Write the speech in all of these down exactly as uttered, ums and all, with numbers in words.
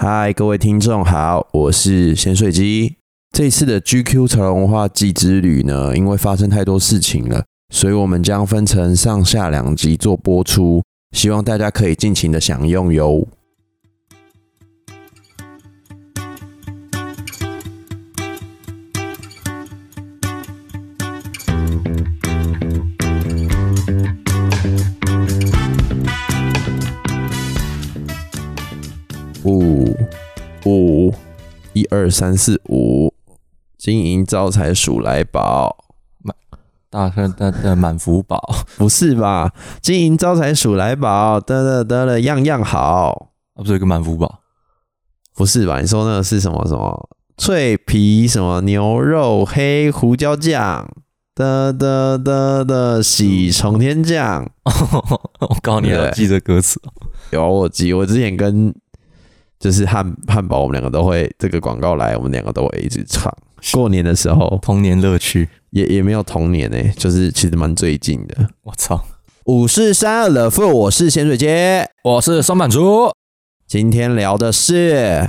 嗨，各位听众好，我是咸水鸡。这一次的 G Q 潮流文化季之旅呢，因为发生太多事情了，所以我们将分成上下两集做播出，希望大家可以尽情的享用哟。五五一二三四五，金银招财鼠来宝， 大哥的的满福宝， 不是吧？金银招财鼠来宝，得了得了，样样好。 啊，不是有个满福宝？ 不是吧？你说那个是什么什么脆皮什么牛肉黑胡椒酱？的的的的喜从天降。 我告诉你，要记这歌词。 有我记，我之前跟就是汉汉堡，我们两个都会这个广告来，我们两个都会一直唱。过年的时候， 童年乐趣也也没有童年诶、欸，就是其实蛮最近的。 我操！ 五四三二了父，我是咸水街， 我是松板猪。 今天聊的是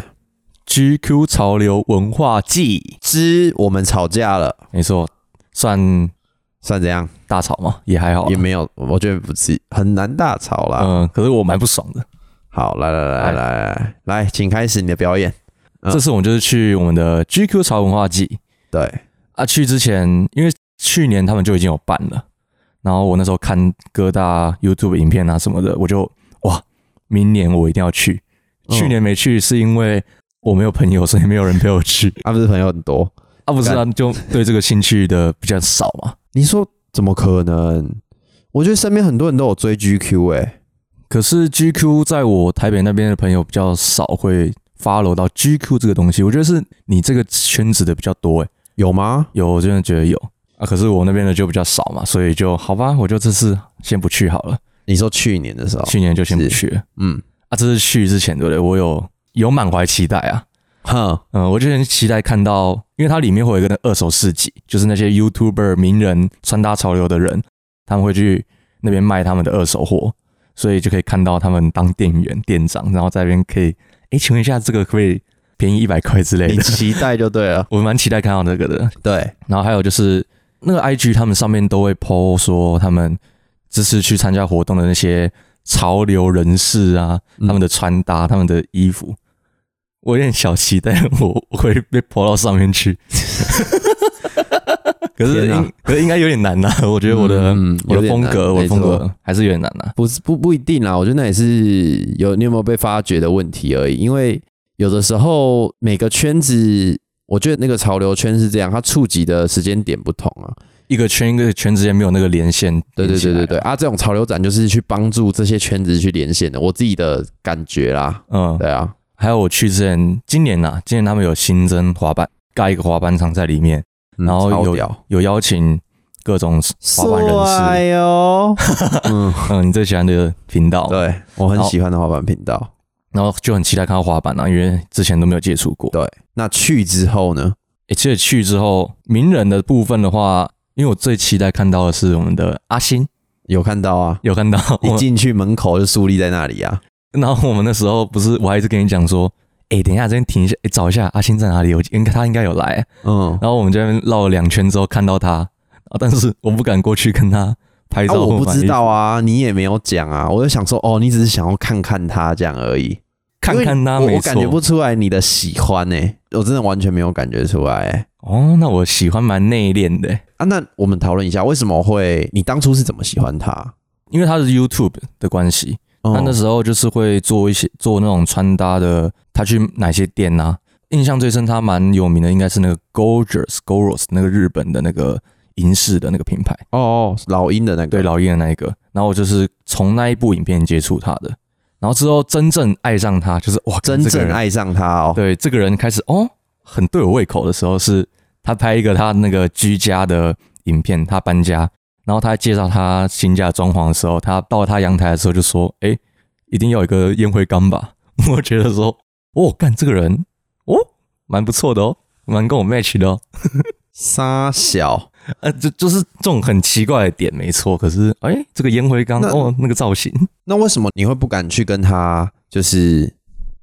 G Q 潮流文化季之我们吵架了。 没错，算算怎样？ 大吵吗？也还好， 也没有，我觉得不是很难大吵啦。 嗯，可是我蛮不爽的。 好，来来来来来来，请开始你的表演。 嗯、这次我们就是去我们的 G Q 潮文化季。 对啊，去之前因为去年他们就已经有办了，然后我那时候看各大 YouTube 影片啊什么的，我就哇，明年我一定要去。嗯、去年没去是因为我没有朋友，所以没有人陪我去。 啊，不是朋友很多啊，不是啊，就对这个兴趣的比较少嘛。 你说怎么可能？我觉得身边很多人都有追 G Q 哎、欸。 可是 G Q 在我台北那边的朋友比较少会 follow 到 G Q 这个东西，我觉得是你这个圈子的比较多诶、欸， 有吗？ 有，我真的觉得有啊。可是我那边的就比较少嘛，所以就好吧，我就这次先不去好了。 你说去年的时候， 去年就先不去了。嗯，啊，这次去之前对不对？我有有满怀期待啊。哼，嗯，我就很期待看到，因为它里面会有一个那二手市集，就是那些 YouTuber 名人穿搭潮流的人，他们会去那边卖他们的二手货。所以就可以看到他们当店员、店长，然后在那边可以，哎、欸，请问一下，这个可不可以便宜一百块之类的？ 你期待就对了， 我蛮期待看到这个的。 对， 然后还有就是那个 I G 他们上面都会 po 说他们这次去参加活动的那些潮流人士啊，他们的穿搭、嗯、他们的衣服，我有点小期待我我会被 po 到上面去。可是应可是应该有点难呐、啊，我觉得我的、嗯、我的风格，我的风格还是有点难呐、啊。 不是不不一定啦，我觉得那也是有你有没有被发掘的问题而已。因为有的时候每个圈子，我觉得那个潮流圈是这样，它触及的时间点不同啊。 一个圈一个圈之间没有那个连线。 对对对对对啊，这种潮流展就是去帮助这些圈子去连线的，我自己的感觉啦。嗯，对啊。 还有我去之前，今年呐、啊，今年他们有新增滑板，盖一个滑板场在里面。然后有有邀请各种滑板人士哦， 嗯嗯，你最喜欢的频道， 对我很喜欢的滑板频道， 然后就很期待看到滑板啊，因为之前都没有接触过。 对，那去之后呢？ 诶，其实去之后，名人的部分的话，因为我最期待看到的是我们的阿星， 有看到啊， 有看到， 一进去门口就树立在那里啊。 然后我们那时候不是，我还一直跟你讲说。哎、欸，等一下，这边停一下，欸、找一下阿星在哪里？我应该他应该有来、欸，嗯。然后我们这边绕了两圈之后看到他，但是我不敢过去跟他拍照、啊。 我不知道啊，你也没有讲啊，我就想说，哦，你只是想要看看他这样而已， 看看他没错。 我感觉不出来你的喜欢哎、欸，我真的完全没有感觉出来哎、欸。 哦，那我喜欢蛮内敛的、欸、 啊。那我们讨论一下，为什么会？你当初是怎么喜欢他？ 因为他是 YouTube 的关系。他那时候就是会做一些做那种穿搭的，他去哪些店啊？印象最深，他蛮有名的，应该是那个 Gorgeous Goros 那个日本的那个银饰的那个品牌。 哦哦，老鹰的那个， 对，老鹰的那一个。然后我就是从那一部影片接触他的，然后之后真正爱上他，就是哇， 真正爱上他哦。 对，这个人开始哦，很对我胃口的时候，是他拍一个他那个居家的影片，他搬家。然后他介绍他新家装潢的时候，他到了他阳台的时候就说：“哎、欸，一定要有一个烟灰缸吧？”我觉得说：“哦，干这个人哦，蛮不错的哦，蛮跟我 match 的哦。” 傻小， 呃，就就是这种很奇怪的点，没错。可是，哎、欸，这个烟灰缸哦，那个造型， 那为什么你会不敢去跟他就是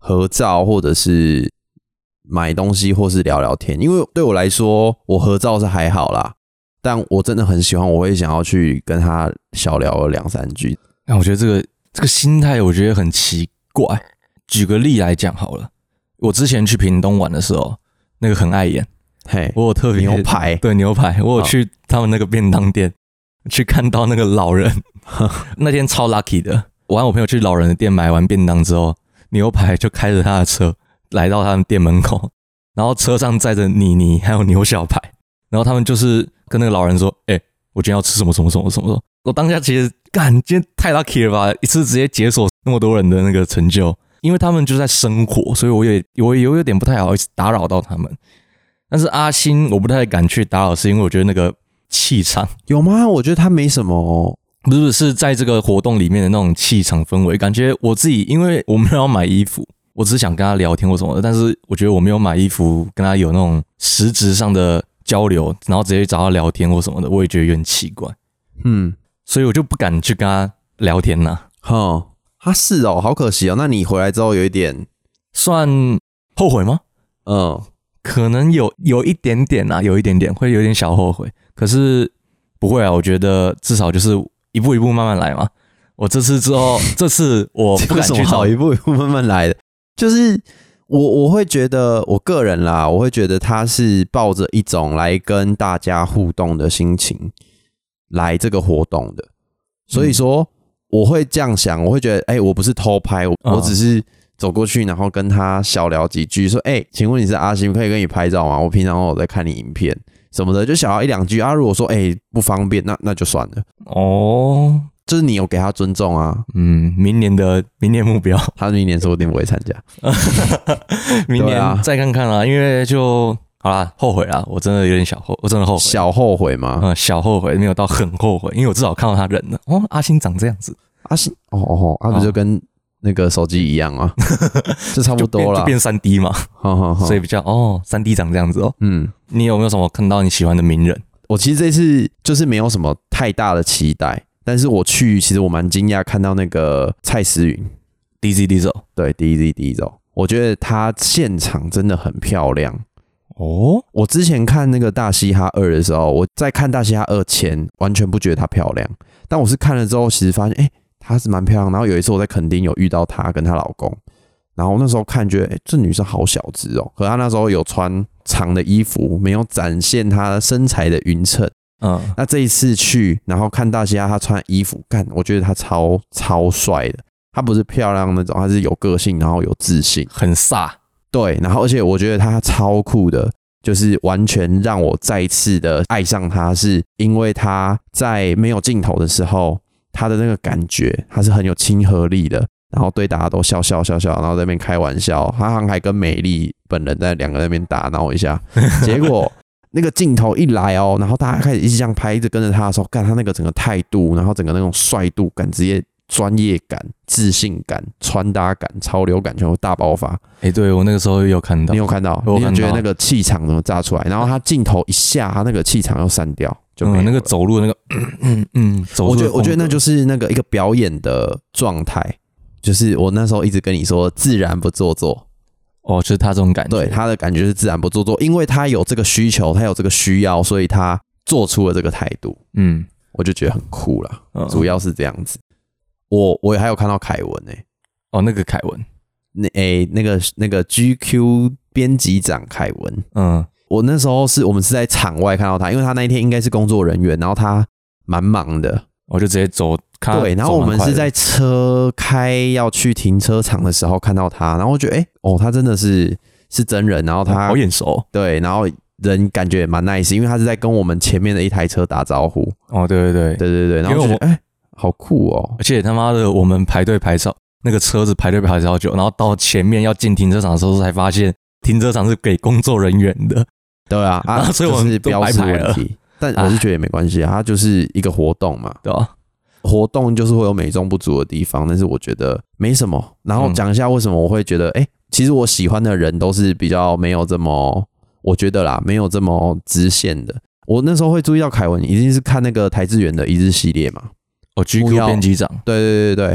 合照或者是买东西或是聊聊天，因为对我来说，我合照是还好啦，但我真的很喜欢，我会想要去跟他小聊两三句。 那我觉得这个这个心态，我觉得很奇怪。举个例来讲好了，我之前去屏东玩的时候，那个很碍眼， 嘿， 我有特别牛排， 对牛排，我有去他们那个便当店、哦、去看到那个老人，那天超 lucky 的。我和我朋友去老人的店买完便当之后，牛排就开着他的车来到他们店门口，然后车上载着妮妮还有牛小排，然后他们就是跟那个老人说：“哎、欸，我今天要吃什么什么什么什么。”我当下其实干，今天太 lucky 了吧，一次直接解锁那么多人的那个成就。因为他们就在生活，所以我也我也有点不太好意思打扰到他们。但是阿星我不太敢去打扰，是因为我觉得那个气场有吗？我觉得他没什么， 不是不是在这个活动里面的那种气场氛围，感觉我自己因为我没有要买衣服，我只是想跟他聊天或什么的，但是我觉得我没有买衣服跟他有那种实质上的交流，然后直接找他聊天或什么的，我也觉得有点奇怪。嗯，所以我就不敢去跟他聊天呐、啊。 哼。他是哦，好可惜哦。那你回来之后有一点算后悔吗？ 嗯， 可能有有一点点啊，有一点点会有点小后悔。可是不会啊，我觉得至少就是一步一步慢慢来嘛。我这次之后，这次我不敢去找， 一步一步慢慢来的。就是我我会觉得，我个人啦，我会觉得他是抱着一种来跟大家互动的心情来这个活动的，所以说。嗯我会这样想，我会觉得，哎、欸，我不是偷拍，我, 我只是走过去，然后跟他小聊几句，说，哎、欸，请问你是阿星，可以跟你拍照吗？我平常我在看你影片什么的，就小聊一两句啊。如果说，哎、欸，不方便，那那就算了。哦，就是你有给他尊重啊。 嗯，明年的明年目标， 他明年说不定不会参加， 明年再看看啦，因为就。好啦，后悔啦，我真的有点小后，我真的后悔， 小后悔吗？ 嗯，小后悔，没有到很后悔，因为我至少看到他人了。哦，阿星长这样子， 阿星，哦哦，他、啊、不就跟那个手机一样啊，就差不多了， 就变三 D 嘛，好好好，所以比较哦，三 D 长这样子哦。嗯，你有没有什么看到你喜欢的名人？ 我其实这次就是没有什么太大的期待，但是我去，其实我蛮惊讶看到那个蔡思芸 ，D Z Diesel， 对 ，D Z Diesel， 我觉得他现场真的很漂亮。哦，我之前看那个大嘻哈二的时候，我在看大嘻哈二前完全不觉得她漂亮，但我是看了之后，其实发现，哎、欸，她是蛮漂亮。然后有一次我在垦丁有遇到她跟她老公，然后那时候看觉得，哎、欸，这女生好小只哦，可她那时候有穿长的衣服，没有展现她身材的匀称。嗯，那这一次去，然后看大嘻哈，她穿衣服，干，我觉得她超超帅的。她不是漂亮那种，她是有个性，然后有自信， 很飒。 对，然后而且我觉得他超酷的，就是完全让我再一次的爱上他，是因为他在没有镜头的时候，他的那个感觉，他是很有亲和力的，然后对大家都笑笑笑笑，然后在那边开玩笑，他好像还跟美丽本人在两个在那边打闹一下，结果那个镜头一来哦，然后大家开始一直这样拍，一直跟着他的时候，干他那个整个态度，然后整个那种帅度感，直接。专业感、自信感、穿搭感、潮流感全部大爆发。 哎、欸，对我那个时候有看到， 你有看到， 我你有觉得那个气场怎么炸出来？然后他镜头一下，他那个气场又散掉，就没有、 嗯、那个走路那个，嗯嗯，走路我觉得我觉得那就是那个一个表演的状态，就是我那时候一直跟你说，自然不做作。 哦，就是他这种感觉， 对他的感觉是自然不做作，因为他有这个需求，他有这个需要，所以他做出了这个态度。嗯，我就觉得很酷啦，嗯、主要是这样子。我我还有看到凯文诶、欸， 哦，那个凯文， 那诶、欸、那个那个 G Q 编辑长凯文，嗯，我那时候是我们是在场外看到他，因为他那一天应该是工作人员，然后他蛮忙的， 我就直接走，看对，然后我们是在车开要去停车场的时候看到他，然后我觉得诶、欸、哦，他真的是是真人，然后他、 哦、好眼熟， 对，然后人感觉也蛮 nice， 因为他是在跟我们前面的一台车打招呼， 哦，对对对对对对，然后我觉得诶。欸好酷哦！ 而且他妈的，我们排队排超那个车子排队排超久，然后到前面要进停车场的时候，才发现停车场是给工作人员的。 对啊，啊， 所以我们都标示问题。但我是觉得也没关系啊，它就是一个活动嘛， 对啊， 活动就是会有美中不足的地方，但是我觉得没什么。然后讲一下为什么我会觉得，哎、欸，其实我喜欢的人都是比较没有这么，我觉得啦，没有这么直线的。我那时候会注意到凯文，一定是看那个台志远的一日系列嘛。 哦 ，G Q 编辑长， 对对对对，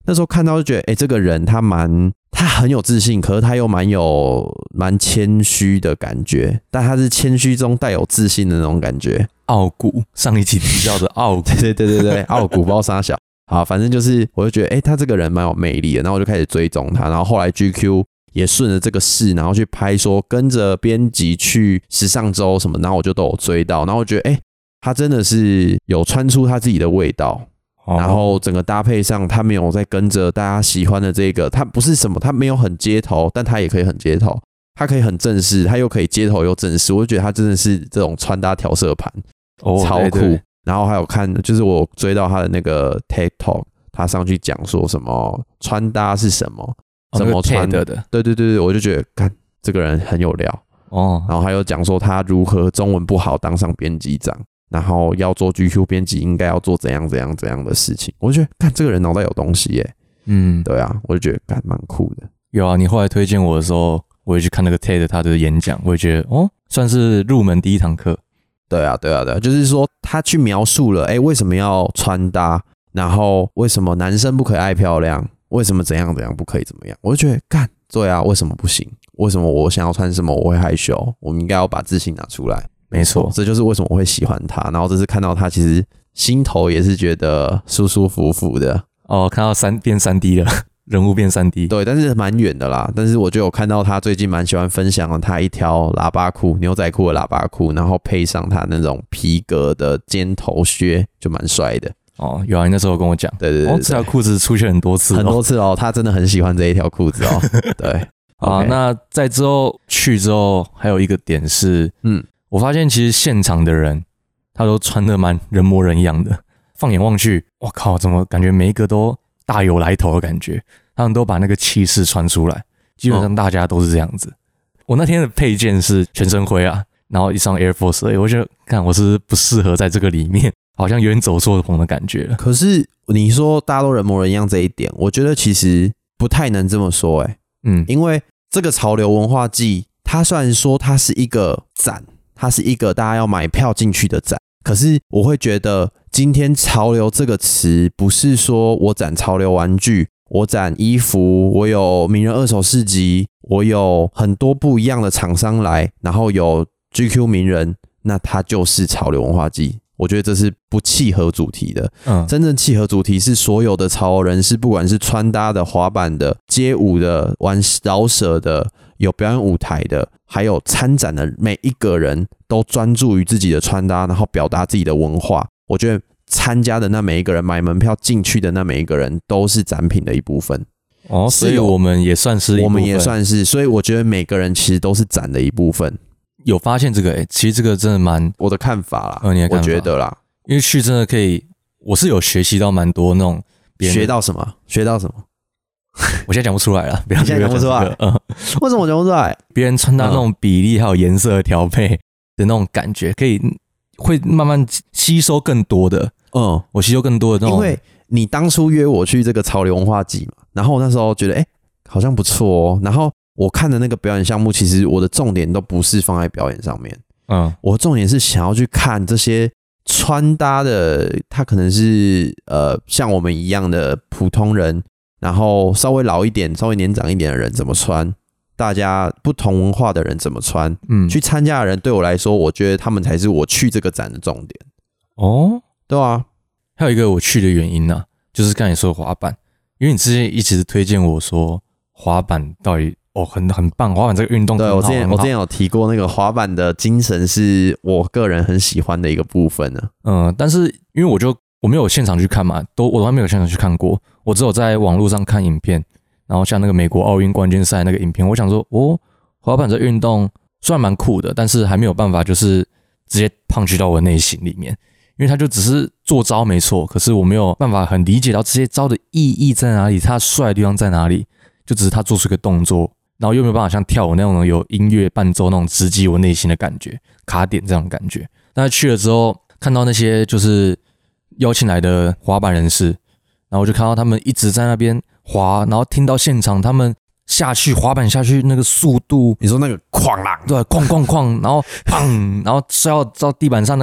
那时候看到就觉得，哎、欸，这个人他蛮他很有自信，可是他又蛮有蛮谦虚的感觉，但他是谦虚中带有自信的那种感觉。 傲骨，上一集提到的傲骨， 对对对对对，傲骨不知道啥小。好，反正就是我就觉得，哎、欸，他这个人蛮有魅力的，然后我就开始追踪他，然后后来 G Q 也顺着这个势，然后去拍说跟着编辑去时尚周什么，然后我就都有追到，然后我觉得，哎、欸，他真的是有穿出他自己的味道。然后整个搭配上，他没有在跟着大家喜欢的这个，他不是什么，他没有很街头，但他也可以很街头，他可以很正式，他又可以街头又正式，我就觉得他真的是这种穿搭调色盘，哦，超酷。对对，然后还有看，就是我追到他的那个 TikTok， 他上去讲说什么穿搭是什么，怎么穿的，对对对对，我就觉得，看这个人很有料哦。然后还有讲说他如何中文不好当上编辑长。然后要做 G Q 编辑，应该要做怎样怎样怎样的事情，我就觉得，看这个人脑袋有东西耶，嗯，对啊，我就觉得干蛮酷的。 有啊，你后来推荐我的时候，我也去看那个 TED 他的演讲，我也觉得哦，算是入门第一堂课。 对啊，对啊，对啊，就是说他去描述了，哎，为什么要穿搭，然后为什么男生不可以爱漂亮，为什么怎样怎样不可以怎么样，我就觉得干，对啊，为什么不行？为什么我想要穿什么我会害羞？我们应该要把自信拿出来。没错，这就是为什么我会喜欢他。然后这次看到他，其实心头也是觉得舒舒服服的。 哦，看到三变三 D 了，人物变三 D。 对，但是蛮远的啦。但是我就有看到他最近蛮喜欢分享的，他一条喇叭裤、牛仔裤的喇叭裤，然后配上他那种皮革的尖头靴，就蛮帅的。 哦，有啊，你那时候跟我讲， 对对 对, 对， 哦，这条裤子出现很多次， 很多次哦，他真的很喜欢这一条裤子哦。对， 啊， okay. 那在之后去之后，还有一个点是，嗯。我发现其实现场的人，他都穿得蛮人模人样的。放眼望去，我靠，怎么感觉每一个都大有来头的感觉？他们都把那个气势穿出来，基本上大家都是这样子。哦、我那天的配件是全身灰啊，然后一双 Air Force， 我觉得看我是不适合在这个里面，好像有点走错棚的感觉了。 可是你说大家都人模人样这一点，我觉得其实不太能这么说、欸，哎，嗯，因为这个潮流文化季，它虽然说它是一个展。它是一个大家要买票进去的展，可是我会觉得今天潮流这个词不是说我展潮流玩具，我展衣服，我有名人二手市集，我有很多不一样的厂商来，然后有 G Q 名人，那它就是潮流文化季。我觉得这是不契合主题的，嗯，真正契合主题是所有的潮人士，不管是穿搭的、滑板的、街舞的、玩饶舌的、有表演舞台的，还有参展的每一个人都专注于自己的穿搭，然后表达自己的文化。我觉得参加的那每一个人，买门票进去的那每一个人，都是展品的一部分。 哦，所以我们也算是一部分， 我们也算是，所以我觉得每个人其实都是展的一部分。 有发现这个、欸，其实这个真的蛮我的看法啦， 嗯，你的看法， 我觉得啦， 因为去真的可以，我是有学习到蛮多那种， 学到什么？学到什么？ 我现在讲不出来了， 你现在讲不出来，嗯，为什么我讲不出来？ 别人穿搭那种比例还有颜色的调配的那种感觉，可以会慢慢吸收更多的，嗯，我吸收更多的那种。 因为你当初约我去这个潮流文化季嘛，然后我那时候觉得，哎、欸，好像不错哦，然后。我看的那个表演项目，其实我的重点都不是放在表演上面，嗯，我的重点是想要去看这些穿搭的，他可能是呃像我们一样的普通人，然后稍微老一点、稍微年长一点的人怎么穿，大家不同文化的人怎么穿，嗯，去参加的人对我来说，我觉得他们才是我去这个展的重点。哦，对啊， 还有一个我去的原因呢、啊，就是刚才你说的滑板，因为你之前一直推荐我说滑板到底。哦，很很棒，滑板这个运动很好。 对，我之前我之前有提过，那个滑板的精神是我个人很喜欢的一个部分呢。 嗯，但是因为我就我没有现场去看嘛，都我都还没有现场去看过，我只有在网络上看影片。然后像那个美国奥运冠军赛那个影片，我想说，哦，滑板这运动虽然蛮酷的，但是还没有办法就是直接punch到我的内心里面，因为它就只是做招没错，可是我没有办法很理解到这些招的意义在哪里，它帅的地方在哪里，就只是他做出一个动作。然后又没有办法像跳舞那种有音乐伴奏那种直击我内心的感觉，卡点这种感觉。但是去了之后，看到那些就是邀请来的滑板人士，然后我就看到他们一直在那边滑，然后听到现场他们下去滑板下去那个速度， 你说那个哐啷， 对，哐哐哐，然后砰，然后摔到到地板上那种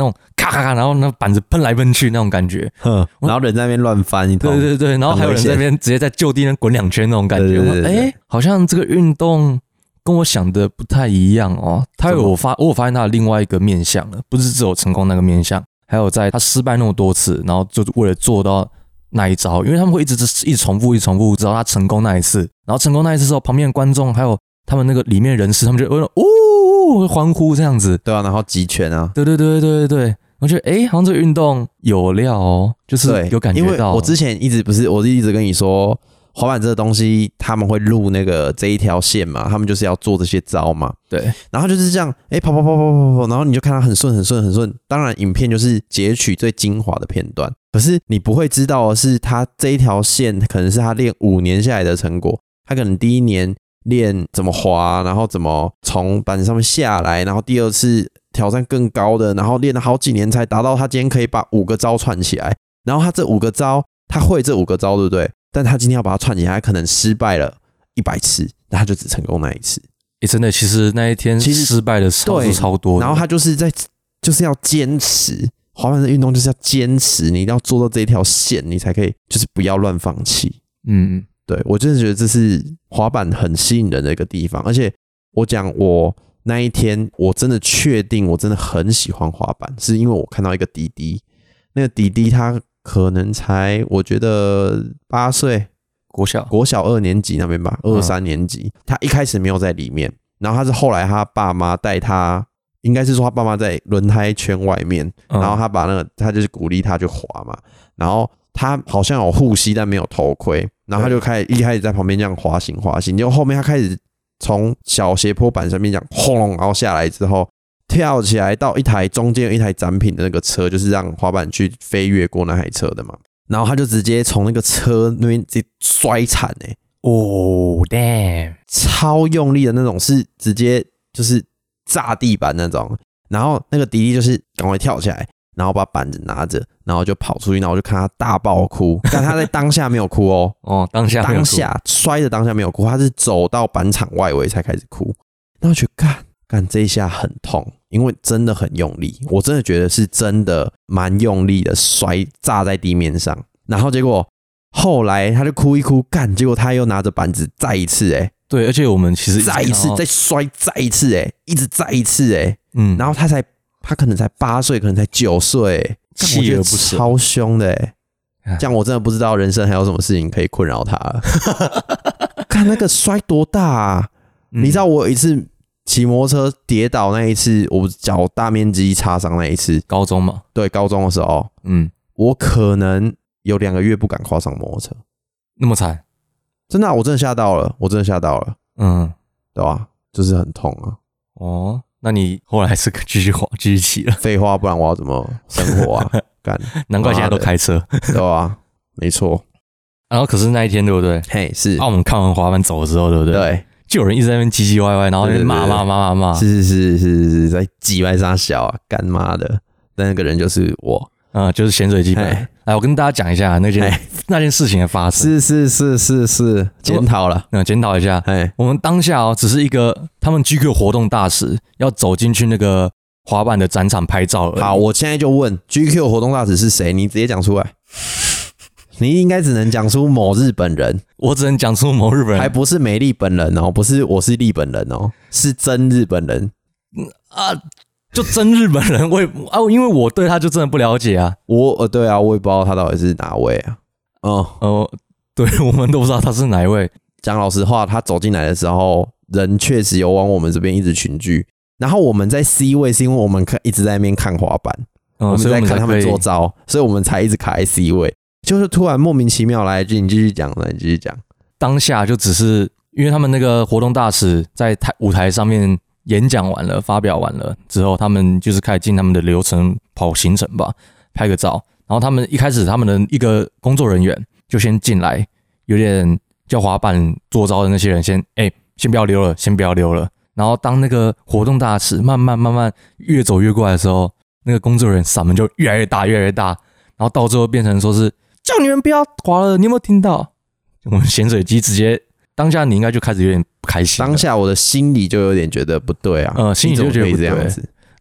咔咔咔，然后那板子喷来喷去那种感觉， 然后人在那边乱翻一通， 对对对，然后还有人在那边直接在就地那滚两圈那种感觉，哎，好像这个运动跟我想的不太一样哦。他有我发，我有发现他的另外一个面向了，不是只有成功那个面向，还有在他失败那么多次，然后就为了做到那一招，因为他们会一直一直重复，一直重复，直到他成功那一次，然后成功那一次之后，旁边的观众还有他们那个里面人士，他们就哦欢呼这样子， 对啊，然后击拳啊， 对对对对对对，我觉得哎，好像这个运动有料哦，就是有感觉到。 因为我之前一直不是，我一直跟你说，滑板这个东西他们会录那个这一条线嘛，他们就是要做这些招嘛， 对， 然后就是这样，哎，跑跑跑跑跑跑，然后你就看它很顺很顺很顺。当然，影片就是截取最精华的片段，可是你不会知道的是，他这一条线可能是他练五年下来的成果。他可能第一年练怎么滑，然后怎么从板子上面下来，然后第二次挑战更高的，然后练了好几年才达到他今天可以把五个招串起来。然后他这五个招，他会这五个招，对不对？但他今天要把它串起来，他可能失败了一百次，那他就只成功那一次。 欸、真的，其实那一天其实失败的次数超多的。 然后他就是在就是要坚持，滑板的运动就是要坚持，你一定要做到这一条线，你才可以就是不要乱放弃。嗯，对，我真的觉得这是滑板很吸引人的一个地方。而且我讲我那一天，我真的确定我真的很喜欢滑板，是因为我看到一个弟弟，那个弟弟他可能才我觉得八岁。 国小国小二年级那边吧，二三年级、嗯，他一开始没有在里面，然后他是后来他爸妈带他，应该是说他爸妈在轮胎圈外面，嗯、然后他把那个他就是鼓励他去滑嘛，然后他好像有护膝但没有头盔，然后他就开始一开始在旁边这样滑行滑行，结果后面他开始从小斜坡板上面这样轰隆，然后下来之后跳起来到一台中间有一台展品的那个车，就是让滑板去飞越过那台车的嘛。然后他就直接从那个车那边直接摔惨哎、欸， 哦 damn， 超用力的那种，是直接就是炸地板那种。然后那个弟弟就是赶快跳起来，然后把板子拿着，然后就跑出去，然后我就看他大爆哭，但他在当下没有哭哦， 哦当下当下摔的当下没有哭，他是走到板场外围才开始哭。然后我觉得干干这一下很痛，因为真的很用力，我真的觉得是真的蛮用力的摔炸在地面上。然后结果后来他就哭一哭，干，结果他又拿着板子再一次哎、欸， 对，而且我们其实再一次再摔再一次哎、欸，一直再一次哎、欸，嗯，然后他才他可能才八岁，可能才九岁、欸， 锲而不舍， 超凶的哎、欸，这样我真的不知道人生还有什么事情可以困扰他了。看那个摔多大啊！嗯、你知道我有一次骑摩托车跌倒那一次，我脚大面积擦伤那一次， 高中嘛， 对，高中的时候，嗯，我可能有两个月不敢跨上摩托车， 那么惨， 真的、啊，我真的吓到了，我真的吓到了，嗯，对吧？就是很痛啊。 哦，那你后来还是继续滑，继续骑了？ 废话，不然我要怎么生活啊？干， 难怪现在都开车， 对吧？没错。 然后可是那一天，对不对？ 嘿，是。 啊，我们看完滑板走的时候，对不对？ 对。 就有人一直在那边唧唧歪歪，然后就骂骂骂骂骂， 是是是是是，在唧歪啥小啊，干妈的，但那个人就是我， 嗯，就是咸水鸡本。来，我跟大家讲一下那件那件事情的发生。 是是是是是，检讨了， 嗯，检讨一下。我们当下哦，只是一个他们 G Q 活动大使要走进去那个滑板的展场拍照而已。 好，我现在就问 G Q 活动大使是谁？你直接讲出来。你应该只能讲出某日本人， 我只能讲出某日本人， 还不是美丽本人哦，不是我是日本人哦，是真日本人、 嗯、啊，就真日本人，我也啊，因为我对他就真的不了解啊， 我呃对啊，我也不知道他到底是哪位啊， 哦、嗯、呃，对我们都不知道他是哪一位。 讲老实话，他走进来的时候，人确实有往我们这边一直群聚，然后我们在 C 位是因为我们看一直在那边看滑板，嗯、我们在看他们做招，所以我们才一直卡在 C 位。就是突然莫名其妙来一句，你继续讲了，你继续讲。 当下就只是因为他们那个活动大使在台舞台上面演讲完了、发表完了之后，他们就是开始进他们的流程跑行程吧，拍个照。然后他们一开始他们的一个工作人员就先进来，有点叫滑板做招的那些人先哎、欸，先不要溜了，先不要溜了。然后当那个活动大使慢慢慢慢越走越过来的时候，那个工作人员嗓门就越来越大，越来越大，然后到最后变成说是。叫你们不要滑了，你有没有听到？我们咸水鸡直接当下你应该就开始有点不开心， 当下我的心里就有点觉得不对啊， 呃，心里就觉得不对这样子。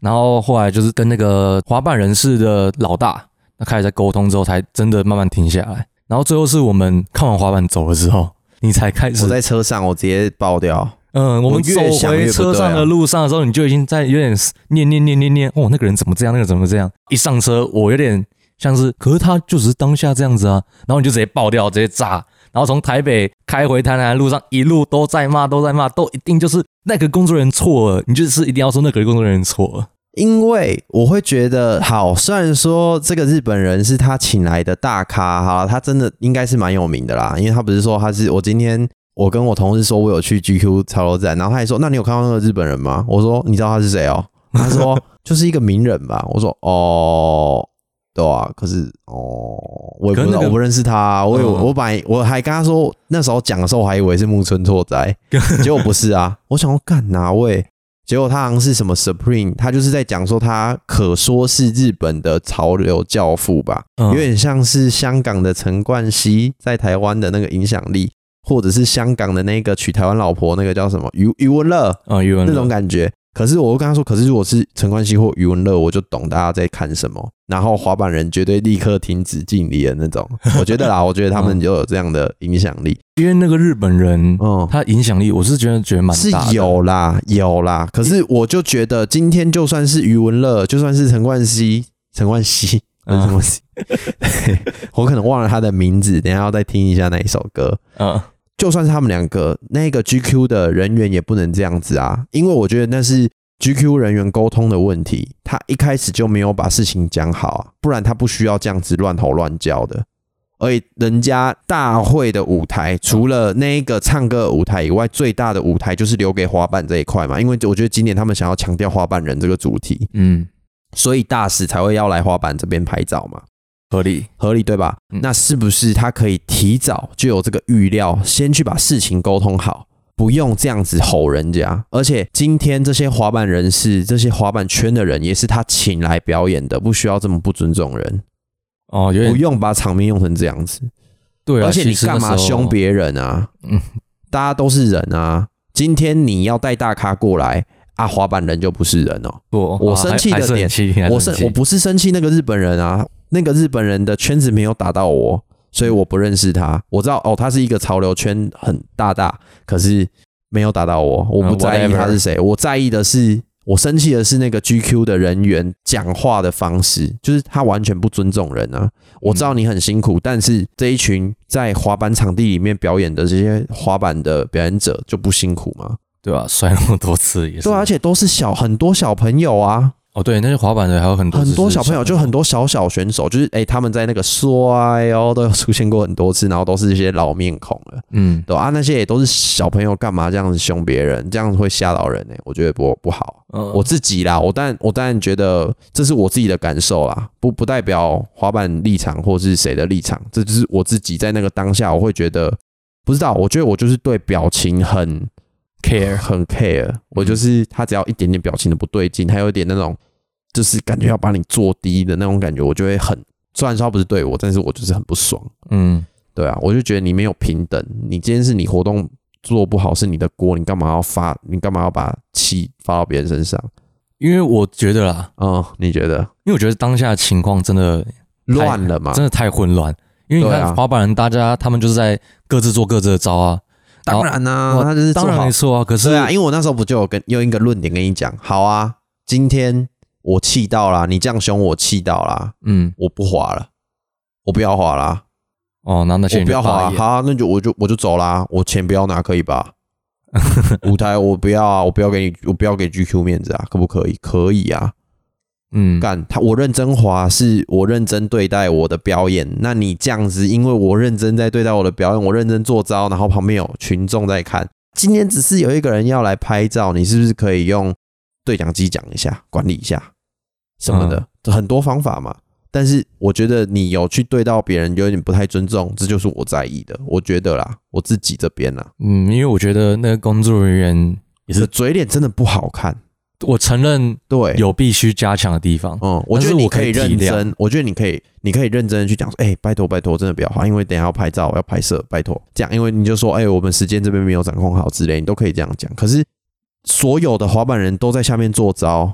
然后后来就是跟那个滑板人士的老大，那开始在沟通之后，才真的慢慢停下来。然后最后是我们看完滑板走了之后，你才开始。 我在车上，我直接爆掉。 嗯，我们走回车上的路上的时候，你就已经在有点念念念念念，哦，那个人怎么这样，那个人怎么这样？一上车，我有点像是，可是他就只是当下这样子啊，然后你就直接爆掉，直接炸。然后从台北开回台南的路上，一路都在骂，都在骂，都一定就是那个工作人员错了，你就是一定要说那个工作人员错了。 因为我会觉得，好，虽然说这个日本人是他请来的大咖，哈，他真的应该是蛮有名的啦，因为他不是说他是我今天我跟我同事说我有去 G Q 潮流站，然后他还说，那你有看到那个日本人吗？我说你知道他是谁哦？他说就是一个名人吧。我说哦。对啊，可是哦，我也不知道，那個、我不认识他、啊。我有、嗯，我本来我还跟他说，那时候讲的时候，我还以为是木村拓哉，结果不是啊。我想要干哪位？结果他好像是什么 Supreme， 他就是在讲说他可说是日本的潮流教父吧，嗯、有点像是香港的陈冠希在台湾的那个影响力，或者是香港的那个娶台湾老婆那个叫什么余余文乐啊，余文乐那种感觉。可是我跟他说，可是如果是陈冠希或余文乐，我就懂大家在看什么。然后滑板人绝对立刻停止敬礼的那种。我觉得啦，我觉得他们就有这样的影响力。 因为那个日本人，嗯，他影响力，我是觉得觉得蛮大的。 是有啦，有啦。可是我就觉得，今天就算是余文乐，就算是陈冠希，陈冠希，陈冠希，我可能忘了他的名字，等一下要再听一下那一首歌。嗯。就算是他们两个，那个 G Q 的人员也不能这样子啊，因为我觉得那是 G Q 人员沟通的问题，他一开始就没有把事情讲好啊，不然他不需要这样子乱吼乱叫的。而且人家大会的舞台，除了那一个唱歌的舞台以外，最大的舞台就是留给滑板这一块嘛，因为我觉得今年他们想要强调滑板人这个主题，嗯，所以大使才会要来滑板这边拍照嘛。 合理， 合理对吧、嗯？那是不是他可以提早就有这个预料，先去把事情沟通好，不用这样子吼人家？而且今天这些滑板人士、这些滑板圈的人，也是他请来表演的，不需要这么不尊重人哦，不用把场面用成这样子。对、啊，而且你干嘛凶别人啊？嗯，大家都是人啊。今天你要带大咖过来啊，滑板人就不是人哦。我我生气的点，我生我不是生气那个日本人啊。那个日本人的圈子没有打到我，所以我不认识他。我知道哦，他是一个潮流圈很大大，可是没有打到我，我不在意他是谁。我在意的是，我生气的是那个 G Q 的人员讲话的方式，就是他完全不尊重人啊。我知道你很辛苦，但是这一群在滑板场地里面表演的这些滑板的表演者就不辛苦吗？ 对啊，摔那么多次也是。 对、啊，而且都是小很多小朋友啊。 哦，对，那些滑板的还有很多很多小朋友，就很多小小选手，就是哎、欸，他们在那个摔哦，都有出现过很多次，然后都是一些老面孔了，嗯，对啊，那些也都是小朋友，干嘛这样子凶别人，这样会吓到人呢、欸？我觉得不不好、嗯。我自己啦，我当然我当然觉得这是我自己的感受啦，不不代表滑板立场或是谁的立场，这就是我自己在那个当下，我会觉得不知道，我觉得我就是对表情很。care 很 care， 我就是他只要一点点表情的不对劲，还有一点那种就是感觉要把你做低的那种感觉，我就会很，虽然说他不是对我，但是我就是很不爽。嗯，对啊，我就觉得你没有平等，你今天是你活动做不好是你的锅，你干嘛要发？你干嘛要把气发到别人身上？ 因为我觉得啦， 嗯，你觉得？ 因为我觉得当下的情况真的乱了嘛， 真的太混乱。因为你看滑板人，大家他们就是在各自做各自的招啊。 当然啊，他就是当然没错啊。可是对啊，因为我那时候不就有跟用一个论点跟你讲，好啊，今天我气到啦，你这样凶我气到啦，嗯，我不滑了，我不要滑啦。 哦，那那些我不要滑，好、啊，那就我就我就走啦，我钱不要拿可以吧？舞台我不要啊，我不要给你，我不要给 G Q 面子啊，可不可以？可以啊。嗯，干他，我认真滑是我认真对待我的表演。那你这样子，因为我认真在对待我的表演，我认真做招，然后旁边有群众在看。今天只是有一个人要来拍照，你是不是可以用对讲机讲一下，管理一下什么的？嗯、很多方法嘛。但是我觉得你有去对到别人，有点不太尊重，这就是我在意的。我觉得啦，我自己这边啦， 嗯，因为我觉得那个工作人员也是嘴脸真的不好看。 我承认，对，有必须加强的地方。 嗯，我觉得你可以认真，我觉得你可以，你可以认真的去讲说，哎、欸，拜托拜托，真的不要滑，因为等一下要拍照要拍摄，拜托这样，因为你就说，哎、欸，我们时间这边没有掌控好之类，你都可以这样讲。可是所有的滑板人都在下面做招，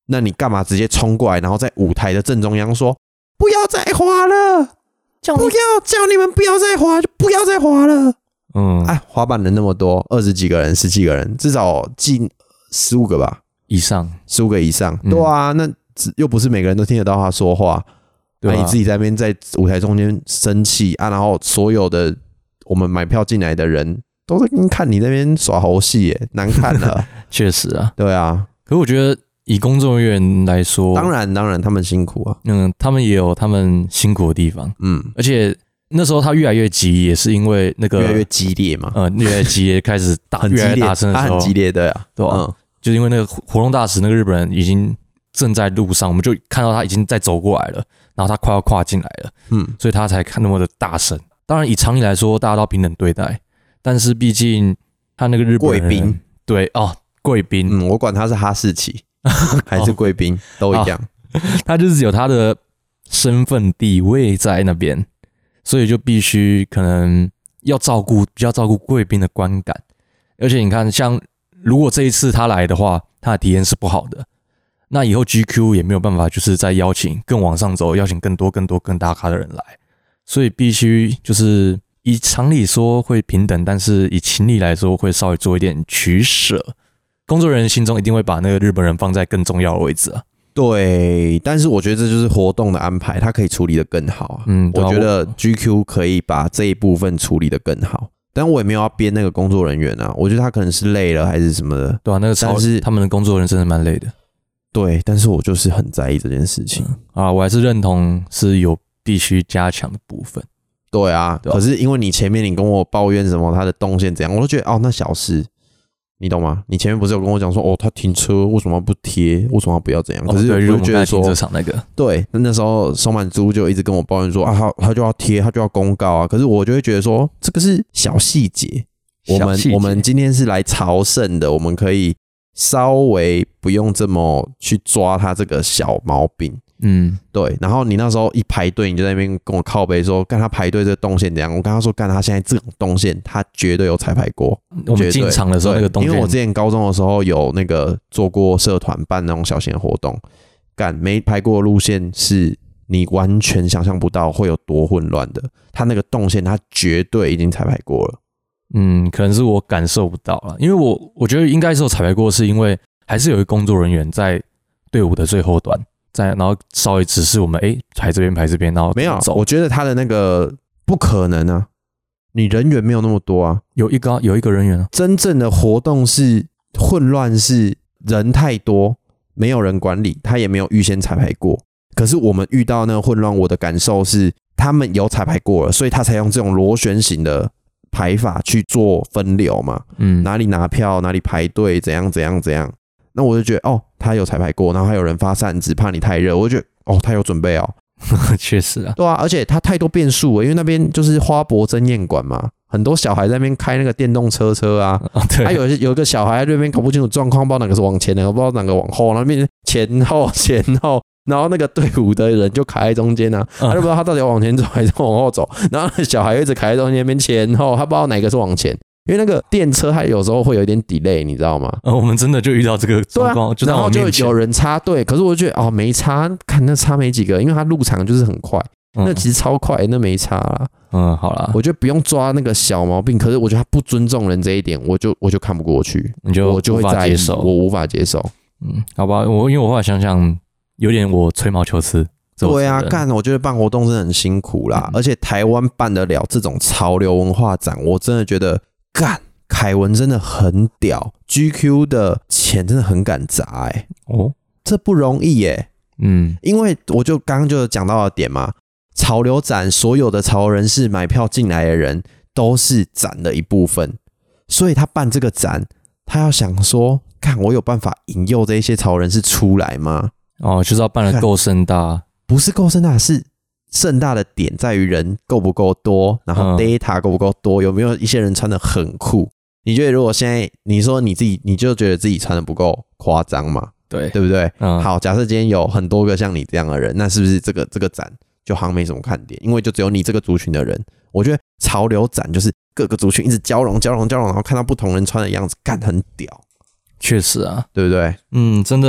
那你干嘛直接冲过来，然后在舞台的正中央说不要再滑了，不要叫你们不要再滑，就不要再滑了。嗯，哎，滑板人那么多，二十几个人、十几个人，至少近十五个吧以上， 十五个以上。嗯、对啊，那又不是每个人都听得到他说话，对、啊，你自己在那边在舞台中间生气啊，然后所有的我们买票进来的人都在看你那边耍猴戏，耶，难看了。 确实啊， 对啊。 可是我觉得以工作人员来说， 当然当然他们辛苦啊， 嗯，他们也有他们辛苦的地方，嗯，而且。那时候他越来越急，也是因为那个越来越激烈嘛， 呃，越来越激烈，开始打很激烈， 越来越大声的时候， 他很激烈的呀， 对吧、啊？嗯、就是因为那个活动大使那个日本人已经正在路上，我们就看到他已经在走过来了，然后他快要跨进来了，嗯，所以他才看那么的大声。当然，以常理来说，大家都平等对待，但是毕竟他那个日本人，贵宾，对哦，贵宾， 嗯，我管他是哈士奇还是贵宾、哦、都一样， 他就是有他的身份地位在那边。所以就必须可能要照顾，比较照顾贵宾的观感，而且你看，像如果这一次他来的话，他的体验是不好的，那以后 G Q 也没有办法，就是再邀请更往上走，邀请更多、更多、更大咖的人来，所以必须就是以常理说会平等，但是以情理来说会稍微做一点取舍。工作人员心中一定会把那个日本人放在更重要的位置啊。 对，但是我觉得这就是活动的安排，他可以处理得更好啊。嗯，我觉得 G Q 可以把这一部分处理得更好，但我也没有要编那个工作人员啊。我觉得他可能是累了还是什么的。 对啊，那个超是他们的工作人员真的蛮累的。 对，但是我就是很在意这件事情、 嗯、啊，我还是认同是有必须加强的部分。 对啊，对啊，可是因为你前面你跟我抱怨什么他的动线怎样，我都觉得哦那小事。你懂吗？你前面不是有跟我讲说，哦，他停车为什么不贴？为什么不要怎样？可是我就觉得说， 停车场那个， 对，那时候松满猪就一直跟我抱怨说，啊，他他就要贴，他就要公告啊。可是我就会觉得说，这个是小细节，我们我们今天是来朝圣的，我们可以稍微不用这么去抓他这个小毛病。嗯，对。然后你那时候一排队，你就在那边跟我靠北说，干他排队这个动线怎样？我跟他说，干他现在这种动线，他绝对有彩排过。 我们进场的时候那个动线， 因为我之前高中的时候有那个做过社团办那种小型活动，干没排过的路线是你完全想象不到会有多混乱的。他那个动线，他绝对已经彩排过了。 嗯，可能是我感受不到了，因为我我觉得应该是有彩排过，是因为还是有一个工作人员在队伍的最后端。在，然后稍微指示我们，哎、欸，排这边，排这边，然后没有。我觉得他的那个不可能啊，你人员没有那么多啊， 有一个有一个人员啊。 真正的活动是混乱，是人太多，没有人管理，他也没有预先彩排过。可是我们遇到那个混乱，我的感受是他们有彩排过了，所以他才用这种螺旋形的排法去做分流嘛。嗯，哪里拿票，哪里排队，怎样怎样怎样。那我就觉得哦，他有彩排过，然后还有人发扇子，怕你太热，我就觉得哦，他有准备哦， 确实啊， 对啊，而且他太多变数了，因为那边就是花博争艳馆嘛，很多小孩在那边开那个电动车车啊，哦、对，还有有一个小孩在那边搞不清楚状况，不知道哪个是往前的，不知道哪个往后，那边前后前后，然后那个队伍的人就卡在中间啊，他就不知道他到底要往前走还是往后走，然后小孩一直卡在中间那边前后，他不知道哪个是往前。因为那个电车它有时候会有一点 delay， 你知道吗？ 呃，我们真的就遇到这个状况， 啊、然后就有人插队，可是我就觉得哦没插，看那差没几个，因为它路长就是很快，嗯、那其实超快，那没差啦。 嗯，好啦， 我觉得不用抓那个小毛病，可是我觉得他不尊重人这一点，我就我就看不过去， 你就我就会在意，我无法接受。 嗯，好吧，我因为我后来想想，有点我吹毛求疵。 对啊，干，我觉得办活动真的很辛苦啦，嗯、而且台湾办得了这种潮流文化展，我真的觉得。干，凯文真的很屌 ，G Q 的钱真的很敢砸哎、欸，哦，这不容易耶、欸，嗯，因为我就刚刚就讲到的点嘛，潮流展所有的潮流人士买票进来的人都是展的一部分，所以他办这个展，他要想说，看我有办法引诱这一些潮流人士出来吗？ 哦，就是要办得够盛大， 不是够盛大，是。盛大的点在于人够不够多，然后 data 够不够多，有没有一些人穿得很酷？你觉得如果现在你说你自己，你就觉得自己穿得不够夸张嘛？ 对， 对不对？嗯、好，假设今天有很多个像你这样的人，那是不是这个这个展就好像没什么看点？因为就只有你这个族群的人。我觉得潮流展就是各个族群一直交融交融交融，然后看到不同人穿的样子，干很屌。 确实啊， 对不对？ 嗯，真的。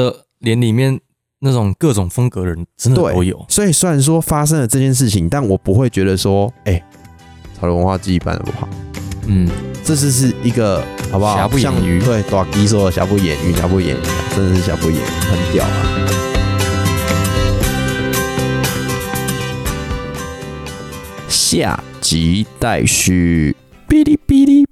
连里面那种各种风格的人真的都有。 所以虽然说发生了这件事情，但我不会觉得说，哎、欸，潮流文化季办的不好。嗯，这是是一个好不好？ 瑕不掩瑜。 对，大基说的瑕不掩瑜，瑕不掩瑜，真的是瑕不掩瑜，很屌啊！下集待续，哔哩哔哩。